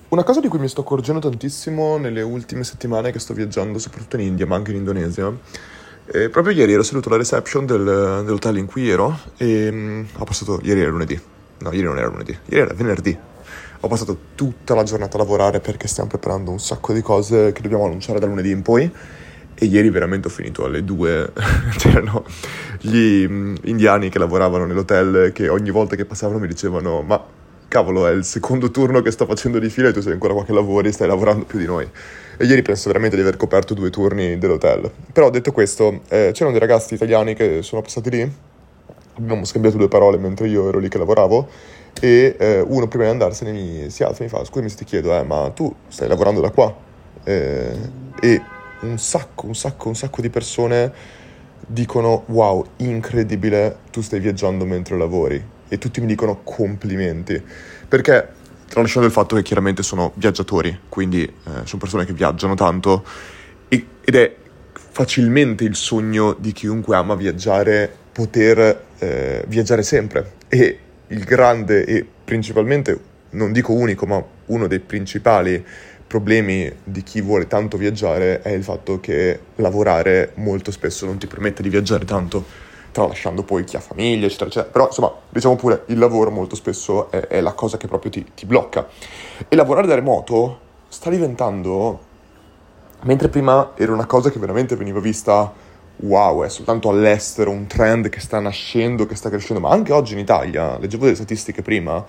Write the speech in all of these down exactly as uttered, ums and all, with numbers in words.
Una cosa di cui mi sto accorgendo tantissimo nelle ultime settimane che sto viaggiando, soprattutto in India, ma anche in Indonesia, e proprio ieri ero seduto alla reception del, dell'hotel in cui ero e mh, ho passato, ieri era lunedì, no ieri non era lunedì, ieri era venerdì, ho passato tutta la giornata a lavorare perché stiamo preparando un sacco di cose che dobbiamo annunciare da lunedì in poi e ieri veramente ho finito alle due, c'erano gli mh, indiani che lavoravano nell'hotel che ogni volta che passavano mi dicevano ma cavolo è il secondo turno che sto facendo di fila e tu sei ancora qua che lavori, stai lavorando più di noi. E ieri penso veramente di aver coperto due turni dell'hotel. Però detto questo, eh, c'erano dei ragazzi italiani che sono passati lì, abbiamo scambiato due parole mentre io ero lì che lavoravo e eh, uno prima di andarsene mi si alza e mi fa scusami se ti chiedo, eh, ma tu stai lavorando da qua? Eh, e un sacco, un sacco, un sacco di persone dicono wow, incredibile, tu stai viaggiando mentre lavori. E tutti mi dicono complimenti, perché tralasciando il fatto che chiaramente sono viaggiatori, quindi eh, sono persone che viaggiano tanto e, ed è facilmente il sogno di chiunque ama viaggiare poter eh, viaggiare sempre. E il grande e principalmente, non dico unico, ma uno dei principali problemi di chi vuole tanto viaggiare è il fatto che lavorare molto spesso non ti permette di viaggiare tanto, tralasciando poi chi ha famiglia, eccetera, eccetera. Però, insomma, diciamo pure, il lavoro molto spesso è, è la cosa che proprio ti, ti blocca. E lavorare da remoto sta diventando, mentre prima era una cosa che veramente veniva vista, wow, è soltanto all'estero, un trend che sta nascendo, che sta crescendo, ma anche oggi in Italia, leggevo delle statistiche prima,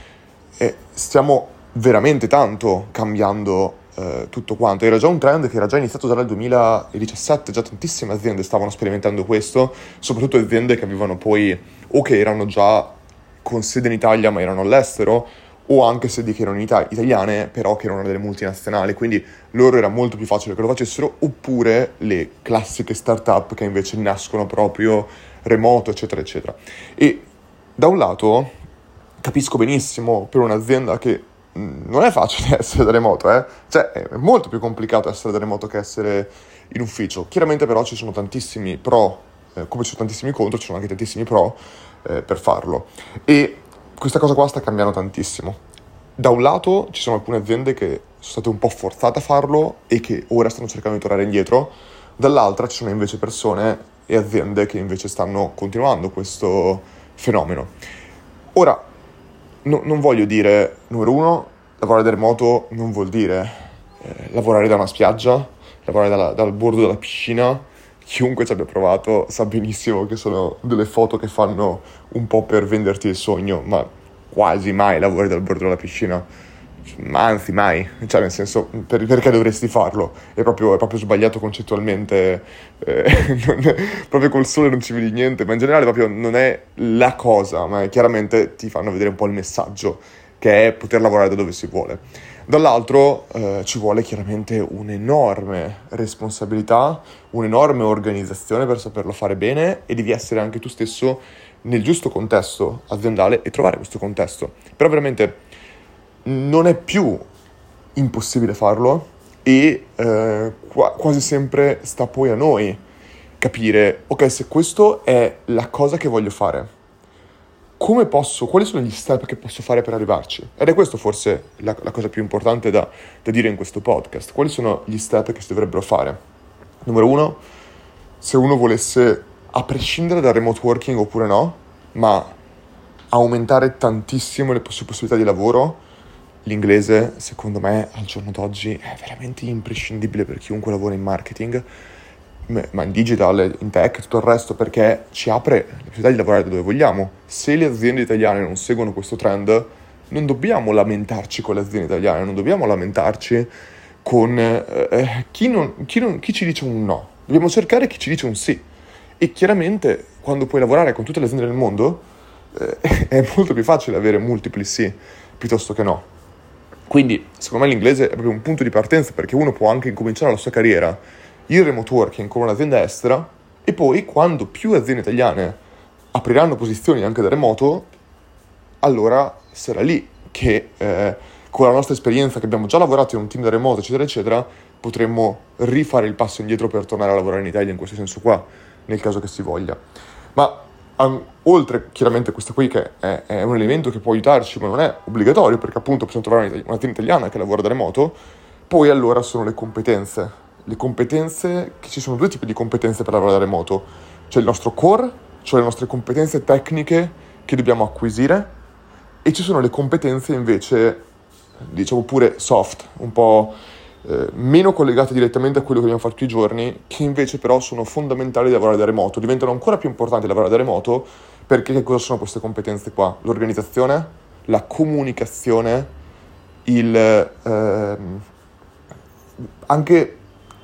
e stiamo veramente tanto cambiando eh, tutto quanto. Era già un trend che era già iniziato già nel duemiladiciassette, già tantissime aziende stavano sperimentando questo, soprattutto aziende che avevano poi o che erano già con sede in Italia ma erano all'estero, o anche sedi che erano in Ita- italiane però che erano delle multinazionali, quindi loro era molto più facile che lo facessero, oppure le classiche start-up che invece nascono proprio remoto, eccetera, eccetera. E da un lato capisco benissimo per un'azienda che non è facile essere da remoto, eh? Cioè è molto più complicato essere da remoto che essere in ufficio. Chiaramente però ci sono tantissimi pro, eh, come ci sono tantissimi contro, ci sono anche tantissimi pro eh, per farlo. E questa cosa qua sta cambiando tantissimo. Da un lato ci sono alcune aziende che sono state un po' forzate a farlo e che ora stanno cercando di tornare indietro, dall'altra ci sono invece persone e aziende che invece stanno continuando questo fenomeno. Ora, No, non voglio dire, numero uno, lavorare da remoto non vuol dire eh, lavorare da una spiaggia, lavorare dalla, dal bordo della piscina. Chiunque ci abbia provato sa benissimo che sono delle foto che fanno un po' per venderti il sogno, ma quasi mai lavori dal bordo della piscina, ma anzi mai, cioè nel senso per, perché dovresti farlo? È proprio, è proprio sbagliato concettualmente, eh, non, proprio col sole non ci vedi niente, ma in generale proprio non è la cosa, ma chiaramente ti fanno vedere un po' il messaggio che è poter lavorare da dove si vuole. Dall'altro eh, ci vuole chiaramente un'enorme responsabilità, un'enorme organizzazione per saperlo fare bene e devi essere anche tu stesso nel giusto contesto aziendale e trovare questo contesto. Però veramente non è più impossibile farlo e eh, qua, quasi sempre sta poi a noi capire, ok, se questo è la cosa che voglio fare, come posso, quali sono gli step che posso fare per arrivarci? Ed è questo forse la, la cosa più importante da, da dire in questo podcast. Quali sono gli step che si dovrebbero fare? Numero uno, se uno volesse, a prescindere dal remote working oppure no, ma aumentare tantissimo le poss- possibilità di lavoro, l'inglese, secondo me, al giorno d'oggi è veramente imprescindibile per chiunque lavora in marketing, ma in digital, in tech e tutto il resto, perché ci apre la possibilità di lavorare da dove vogliamo. Se le aziende italiane non seguono questo trend, non dobbiamo lamentarci con le aziende italiane, non dobbiamo lamentarci con eh, chi, non, chi, non, chi ci dice un no. Dobbiamo cercare chi ci dice un sì. E chiaramente, quando puoi lavorare con tutte le aziende del mondo, eh, è molto più facile avere multipli sì, piuttosto che no. Quindi, secondo me l'inglese è proprio un punto di partenza, perché uno può anche incominciare la sua carriera il remote working con un'azienda estera e poi quando più aziende italiane apriranno posizioni anche da remoto, allora sarà lì che eh, con la nostra esperienza che abbiamo già lavorato in un team da remoto eccetera eccetera potremmo rifare il passo indietro per tornare a lavorare in Italia in questo senso qua, nel caso che si voglia. Ma an- oltre chiaramente questa qui che è, è un elemento che può aiutarci, ma non è obbligatorio, perché appunto possiamo trovare una, una team italiana che lavora da remoto, poi allora sono le competenze. Le competenze, che ci sono due tipi di competenze per lavorare da remoto. C'è il nostro core, cioè le nostre competenze tecniche che dobbiamo acquisire, e ci sono le competenze invece, diciamo pure soft, un po' eh, meno collegate direttamente a quello che abbiamo fatto tutti i giorni, che invece però sono fondamentali da lavorare da remoto, diventano ancora più importanti da lavorare da remoto, perché che cosa sono queste competenze qua? L'organizzazione, la comunicazione, il ehm, anche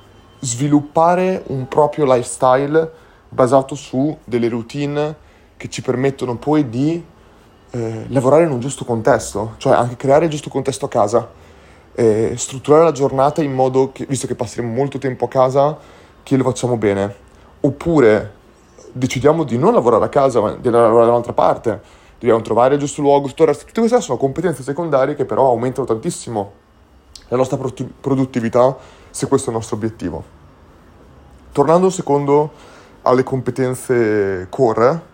sviluppare un proprio lifestyle basato su delle routine che ci permettono poi di eh, lavorare in un giusto contesto, cioè anche creare il giusto contesto a casa, eh, strutturare la giornata in modo che, visto che passeremo molto tempo a casa, che lo facciamo bene. Oppure decidiamo di non lavorare a casa, ma di lavorare da un'altra parte, dobbiamo trovare il giusto luogo, tutto il resto. Tutte queste sono competenze secondarie che però aumentano tantissimo la nostra produttività, se questo è il nostro obiettivo. Tornando un secondo alle competenze core,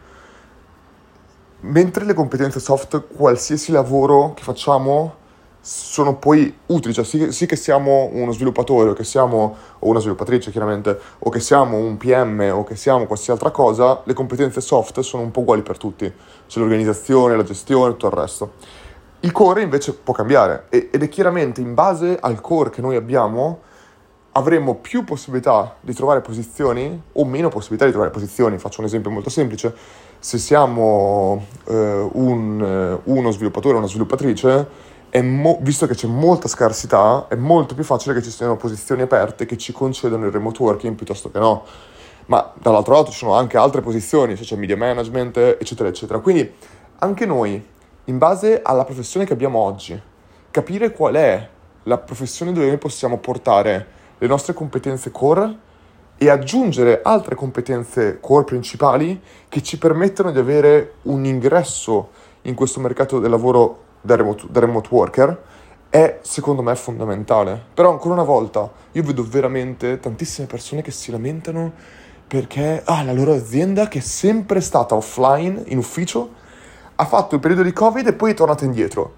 mentre le competenze soft, qualsiasi lavoro che facciamo, sono poi utili, cioè sì, sì che siamo uno sviluppatore, o che siamo, o una sviluppatrice chiaramente, o che siamo un P M, o che siamo qualsiasi altra cosa, le competenze soft sono un po' uguali per tutti, c'è l'organizzazione, la gestione, tutto il resto. Il core invece può cambiare, ed è chiaramente in base al core che noi abbiamo avremo più possibilità di trovare posizioni o meno possibilità di trovare posizioni. Faccio un esempio molto semplice: se siamo eh, un, eh, uno sviluppatore o una sviluppatrice, è mo- visto che c'è molta scarsità, è molto più facile che ci siano posizioni aperte che ci concedono il remote working piuttosto che no. Ma dall'altro lato ci sono anche altre posizioni, se c'è media management, eccetera, eccetera. Quindi anche noi, in base alla professione che abbiamo oggi, capire qual è la professione dove noi possiamo portare le nostre competenze core e aggiungere altre competenze core principali che ci permettono di avere un ingresso in questo mercato del lavoro da remote, da remote worker, è secondo me fondamentale. Però ancora una volta io vedo veramente tantissime persone che si lamentano perché ah, la loro azienda, che è sempre stata offline, in ufficio, ha fatto il periodo di Covid e poi è tornata indietro.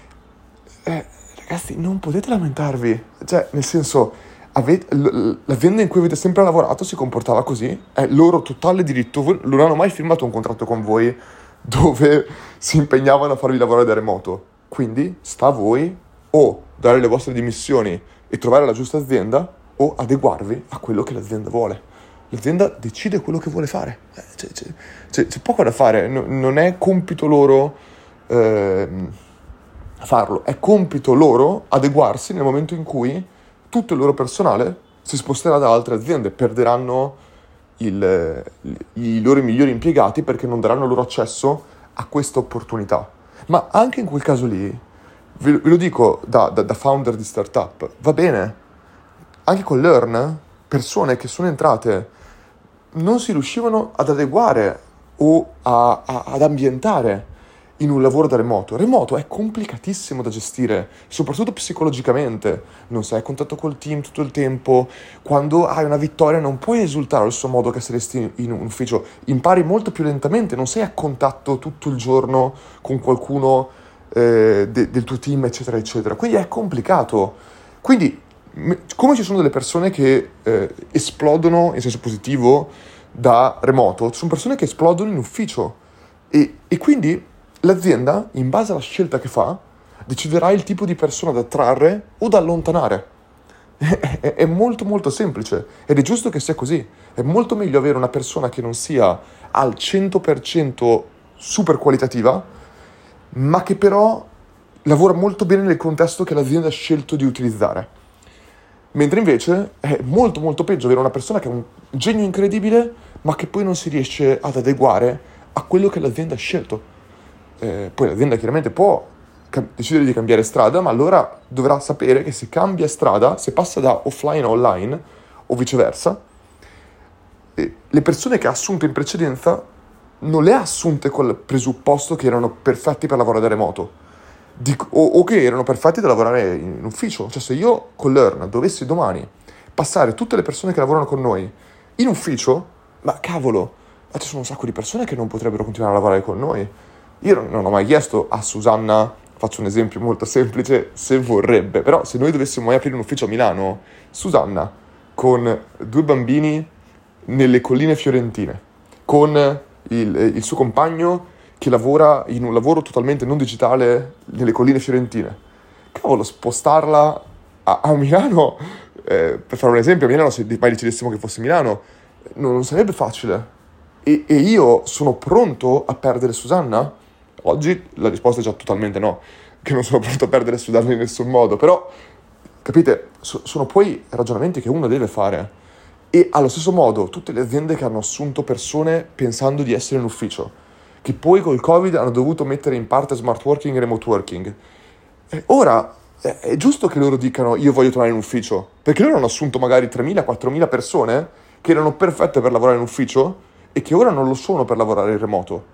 Eh, ragazzi, non potete lamentarvi, cioè nel senso, avete, l- l'azienda in cui avete sempre lavorato si comportava così, è loro totale diritto, voi non hanno mai firmato un contratto con voi dove si impegnavano a farvi lavorare da remoto, quindi sta a voi o dare le vostre dimissioni e trovare la giusta azienda, o adeguarvi a quello che l'azienda vuole. L'azienda decide quello che vuole fare, eh, c'è, c'è, c'è, c'è poco da fare, no, non è compito loro eh, farlo, è compito loro adeguarsi nel momento in cui tutto il loro personale si sposterà da altre aziende, perderanno il, i loro migliori impiegati perché non daranno loro accesso a questa opportunità. Ma anche in quel caso lì, ve, ve lo dico da, da, da founder di startup, va bene, anche con Learn, persone che sono entrate non si riuscivano ad adeguare o a, a, ad ambientare in un lavoro da remoto. Remoto è complicatissimo da gestire, soprattutto psicologicamente. Non sei a contatto col team tutto il tempo. Quando hai una vittoria non puoi esultare allo stesso modo che saresti in un ufficio. Impari molto più lentamente, non sei a contatto tutto il giorno con qualcuno eh, de- del tuo team, eccetera, eccetera. Quindi è complicato. Quindi, me- come ci sono delle persone che eh, esplodono in senso positivo da remoto, ci sono persone che esplodono in ufficio. E, e quindi l'azienda, in base alla scelta che fa, deciderà il tipo di persona da attrarre o da allontanare. È, è, è molto molto semplice ed è giusto che sia così. È molto meglio avere una persona che non sia al cento per cento super qualitativa, ma che però lavora molto bene nel contesto che l'azienda ha scelto di utilizzare. Mentre invece è molto molto peggio avere una persona che ha un genio incredibile, ma che poi non si riesce ad adeguare a quello che l'azienda ha scelto. Eh, poi l'azienda chiaramente può cam- decidere di cambiare strada, ma allora dovrà sapere che se cambia strada, se passa da offline a online o viceversa, eh, le persone che ha assunto in precedenza non le ha assunte col presupposto che erano perfetti per lavorare da remoto di, o, o che erano perfetti da lavorare in, in ufficio. Cioè, se io con Learn dovessi domani passare tutte le persone che lavorano con noi in ufficio, ma cavolo, ma ci sono un sacco di persone che non potrebbero continuare a lavorare con noi. Io non, non ho mai chiesto a Susanna, faccio un esempio molto semplice, se vorrebbe, però se noi dovessimo mai aprire un ufficio a Milano, Susanna, con due bambini nelle colline fiorentine, con il, il suo compagno che lavora in un lavoro totalmente non digitale nelle colline fiorentine, cavolo, spostarla a, a Milano, eh, per fare un esempio, a Milano, se mai decidessimo che fosse Milano, non, non sarebbe facile. E, e io sono pronto a perdere Susanna? Oggi la risposta è già totalmente no, che non sono pronto a perdere Susanna in nessun modo, però, capite, so, sono poi ragionamenti che uno deve fare. E allo stesso modo tutte le aziende che hanno assunto persone pensando di essere in ufficio, che poi col Covid hanno dovuto mettere in parte smart working e remote working, e ora è, è giusto che loro dicano io voglio tornare in ufficio, perché loro hanno assunto magari tremila quattromila persone che erano perfette per lavorare in ufficio e che ora non lo sono per lavorare in remoto.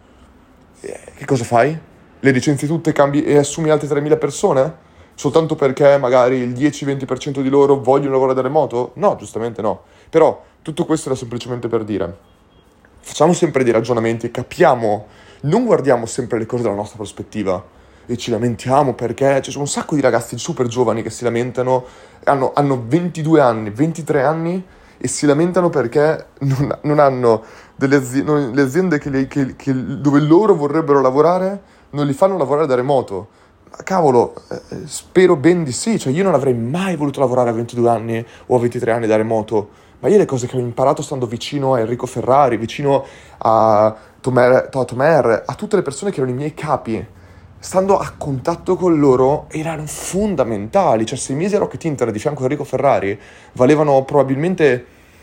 E che cosa fai? Le licenzi tutte, cambi e assumi altre tremila persone? Soltanto perché magari il dieci-venti per cento di loro vogliono lavorare da remoto? No, giustamente no. Però tutto questo era semplicemente per dire, facciamo sempre dei ragionamenti e capiamo, non guardiamo sempre le cose dalla nostra prospettiva e ci lamentiamo perché ci sono un sacco di ragazzi super giovani che si lamentano, hanno, hanno ventidue anni, ventitré anni e si lamentano perché non, non hanno delle aziende, non, le aziende che li, che, che, dove loro vorrebbero lavorare non li fanno lavorare da remoto. Cavolo, eh, spero ben di sì, cioè io non avrei mai voluto lavorare a ventidue anni o a ventitré anni da remoto, ma io le cose che ho imparato stando vicino a Enrico Ferrari, vicino a Tomer, a Tomer, a tutte le persone che erano i miei capi, stando a contatto con loro, erano fondamentali. Cioè sei mesi a Rocket Internet di fianco a Enrico Ferrari valevano probabilmente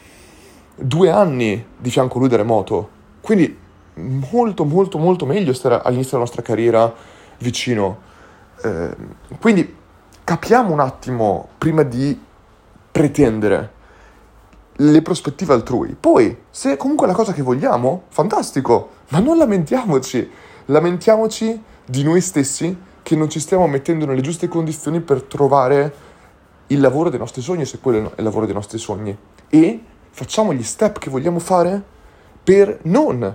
due anni di fianco a lui da remoto, quindi molto molto molto meglio stare all'inizio della nostra carriera vicino. Eh, quindi capiamo un attimo prima di pretendere le prospettive altrui. Poi, se comunque è la cosa che vogliamo, fantastico, ma non lamentiamoci. Lamentiamoci di noi stessi che non ci stiamo mettendo nelle giuste condizioni per trovare il lavoro dei nostri sogni, se quello è il lavoro dei nostri sogni. E facciamo gli step che vogliamo fare per non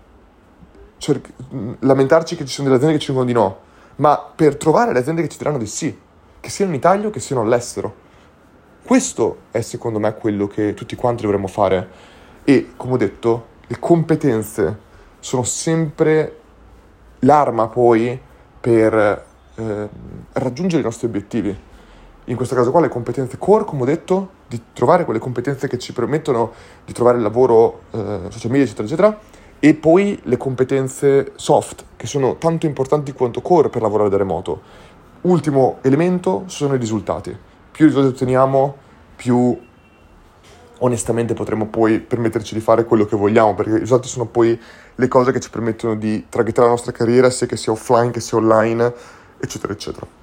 cerc- lamentarci che ci sono delle aziende che ci dicono di no, ma per trovare le aziende che ci diranno di sì, che siano in Italia o che siano all'estero. Questo è secondo me quello che tutti quanti dovremmo fare e, come ho detto, le competenze sono sempre l'arma poi per eh, raggiungere i nostri obiettivi. In questo caso qua le competenze core, come ho detto, di trovare quelle competenze che ci permettono di trovare il lavoro, eh, social media, eccetera, eccetera, e poi le competenze soft, che sono tanto importanti quanto core per lavorare da remoto. Ultimo elemento sono i risultati. Più risultati otteniamo, più onestamente potremo poi permetterci di fare quello che vogliamo, perché i risultati sono poi le cose che ci permettono di traghettare la nostra carriera, sia che sia offline che sia online, eccetera, eccetera.